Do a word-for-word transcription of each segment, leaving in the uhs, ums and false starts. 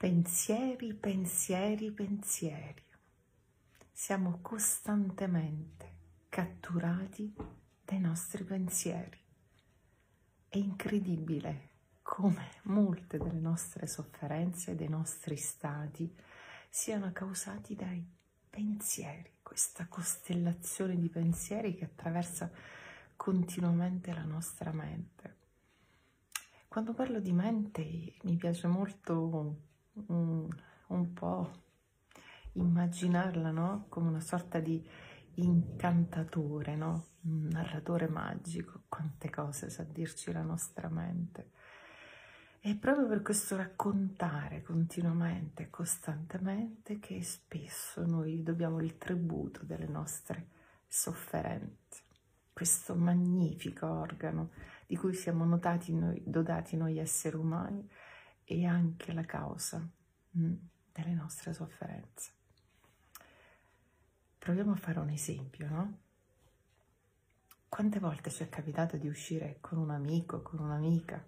Pensieri, pensieri, pensieri. Siamo costantemente catturati dai nostri pensieri. È incredibile come molte delle nostre sofferenze e dei nostri stati siano causati dai pensieri, questa costellazione di pensieri che attraversa continuamente la nostra mente. Quando parlo di mente mi piace molto um, un po' immaginarla, no? Come una sorta di incantatore, no? Un narratore magico. Quante cose sa dirci la nostra mente. E proprio per questo raccontare continuamente, costantemente, che spesso noi dobbiamo il tributo delle nostre sofferenze. Questo magnifico organo di cui siamo notati noi, dotati noi esseri umani, è anche la causa mh, delle nostre sofferenze. Proviamo a fare un esempio, no? Quante volte ci è capitato di uscire con un amico, con un'amica,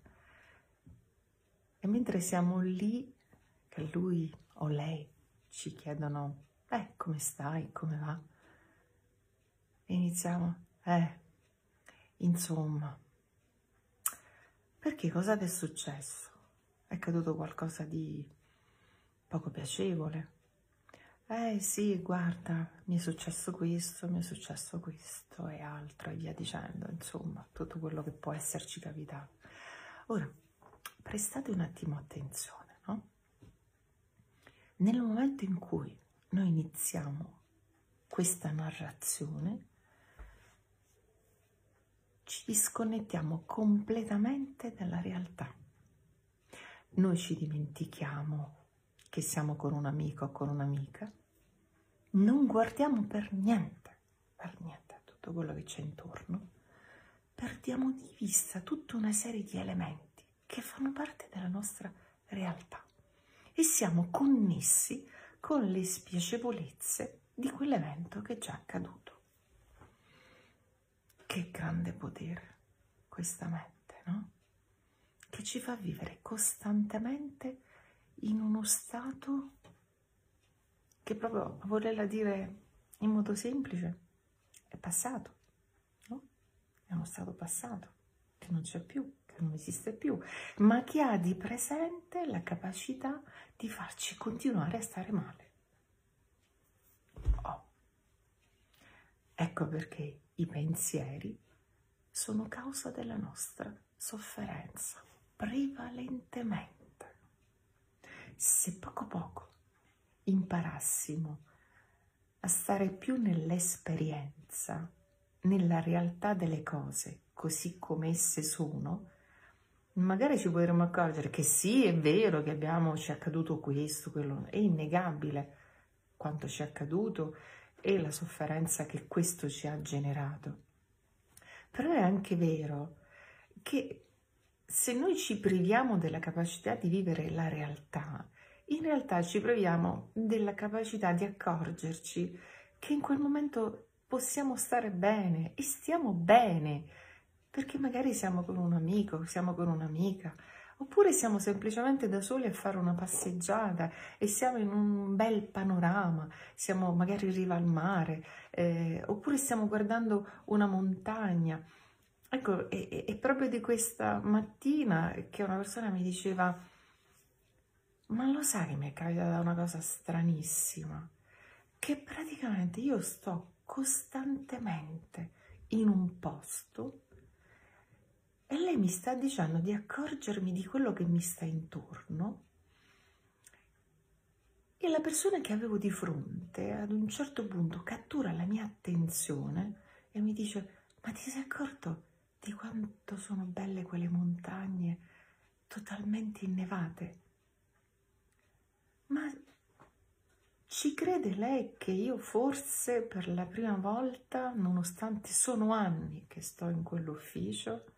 e mentre siamo lì, che lui o lei ci chiedono, eh, come stai, come va? E iniziamo, eh, insomma, perché cosa ti è successo? È accaduto qualcosa di poco piacevole? Eh sì, guarda, mi è successo questo, mi è successo questo e altro e via dicendo, insomma, tutto quello che può esserci capitato. Ora, prestate un attimo attenzione, no? Nel momento in cui noi iniziamo questa narrazione, ci disconnettiamo completamente dalla realtà. Noi ci dimentichiamo che siamo con un amico o con un'amica, non guardiamo per niente, per niente tutto quello che c'è intorno, perdiamo di vista tutta una serie di elementi che fanno parte della nostra realtà e siamo connessi con le spiacevolezze di quell'evento che è già accaduto. Che grande potere questa mente, no? Che ci fa vivere costantemente in uno stato che proprio, a volerla dire in modo semplice, è passato, no? È uno stato passato, che non c'è più, che non esiste più, ma che ha di presente la capacità di farci continuare a stare male. Oh. Ecco perché i pensieri sono causa della nostra sofferenza, prevalentemente. Se poco poco imparassimo a stare più nell'esperienza, nella realtà delle cose, così come esse sono, magari ci potremmo accorgere che sì, è vero che abbiamo, ci è accaduto questo, quello, è innegabile quanto ci è accaduto e la sofferenza che questo ci ha generato. Però è anche vero che se noi ci priviamo della capacità di vivere la realtà, in realtà ci priviamo della capacità di accorgerci che in quel momento possiamo stare bene e stiamo bene, perché magari siamo con un amico, siamo con un'amica, oppure siamo semplicemente da soli a fare una passeggiata e siamo in un bel panorama, siamo magari in riva al mare, eh, oppure stiamo guardando una montagna. Ecco, è, è proprio di questa mattina che una persona mi diceva: ma lo sai che mi è capitata una cosa stranissima? Che praticamente io sto costantemente in un posto e lei mi sta dicendo di accorgermi di quello che mi sta intorno e la persona che avevo di fronte ad un certo punto cattura la mia attenzione e mi dice: ma ti sei accorto di quanto sono belle quelle montagne totalmente innevate? Ma ci crede lei che io forse per la prima volta, nonostante sono anni che sto in quell'ufficio,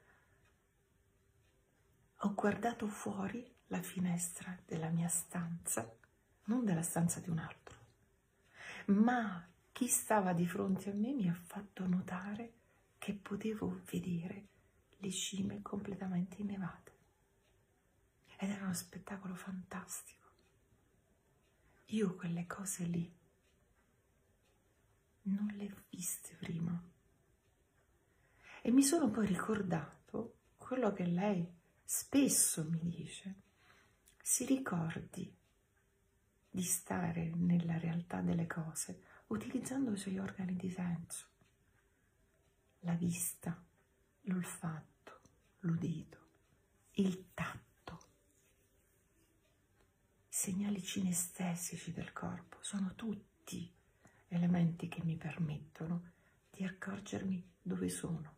ho guardato fuori la finestra della mia stanza, non della stanza di un altro, ma chi stava di fronte a me mi ha fatto notare che potevo vedere le cime completamente innevate. Ed era uno spettacolo fantastico. io quelle cose lì non le ho viste prima. E mi sono poi ricordato quello che lei spesso mi dice: si ricordi di stare nella realtà delle cose utilizzando i suoi organi di senso, la vista, l'olfatto, l'udito, il tatto, i segnali cinestesici del corpo, sono tutti elementi che mi permettono di accorgermi dove sono.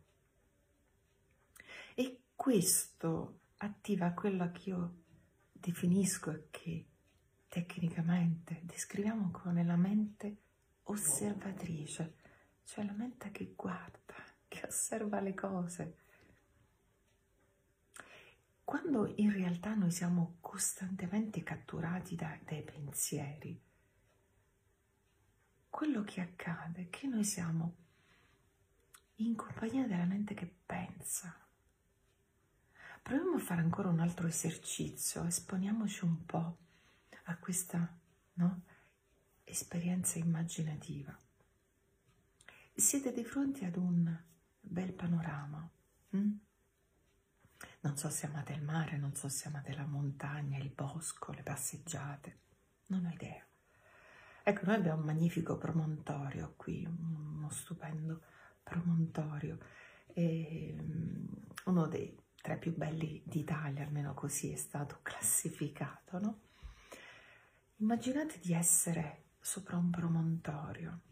E questo attiva quello che io definisco e che tecnicamente descriviamo come la mente osservatrice, cioè la mente che guarda, che osserva le cose. Quando in realtà noi siamo costantemente catturati da, dai pensieri, quello che accade è che noi siamo in compagnia della mente che pensa. Proviamo a fare ancora un altro esercizio, esponiamoci un po' a questa, no, esperienza immaginativa. Siete di fronte ad un bel panorama. Hm? Non so se amate il mare, non so se amate la montagna, il bosco, le passeggiate, non ho idea. Ecco, noi abbiamo un magnifico promontorio qui, uno stupendo promontorio, e, um, uno dei tra i più belli d'Italia, almeno così è stato classificato, no? Immaginate di essere sopra un promontorio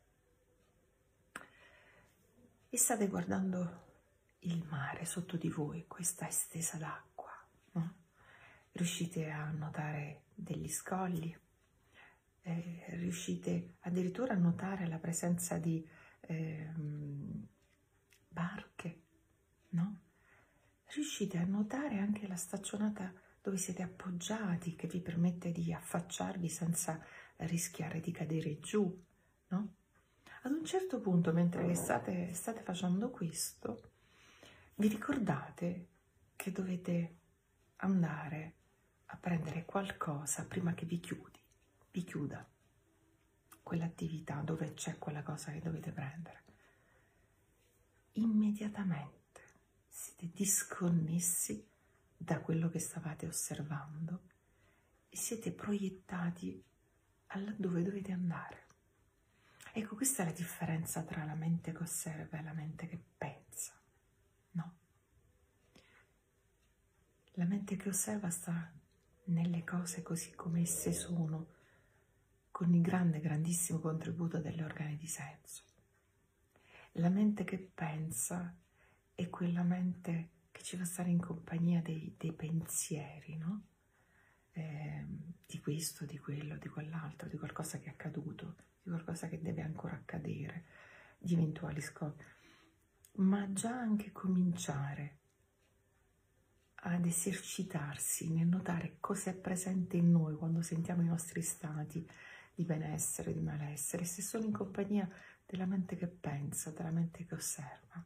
e state guardando il mare sotto di voi, questa estesa d'acqua, no? Riuscite a notare degli scogli, eh, riuscite addirittura a notare la presenza di eh, barche, no? Riuscite a notare anche la staccionata dove siete appoggiati, che vi permette di affacciarvi senza rischiare di cadere giù, no? Ad un certo punto, mentre state, state facendo questo, vi ricordate che dovete andare a prendere qualcosa prima che vi chiudi, vi chiuda quell'attività dove c'è quella cosa che dovete prendere. Immediatamente siete disconnessi da quello che stavate osservando e siete proiettati a dove dovete andare. Ecco, questa è la differenza tra la mente che osserva e la mente che pensa, no? La mente che osserva sta nelle cose così come esse sono, con il grande, grandissimo contributo degli organi di senso. La mente che pensa è quella mente che ci fa stare in compagnia dei, dei pensieri, no? Eh, di questo, di quello, di quell'altro, di qualcosa che è accaduto, di qualcosa che deve ancora accadere, di eventuali scopi. Ma già anche cominciare ad esercitarsi nel notare cosa è presente in noi quando sentiamo i nostri stati di benessere, di malessere, se sono in compagnia della mente che pensa, della mente che osserva.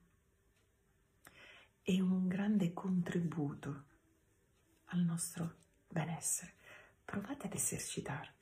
È un grande contributo al nostro benessere. Provate ad esercitarvi.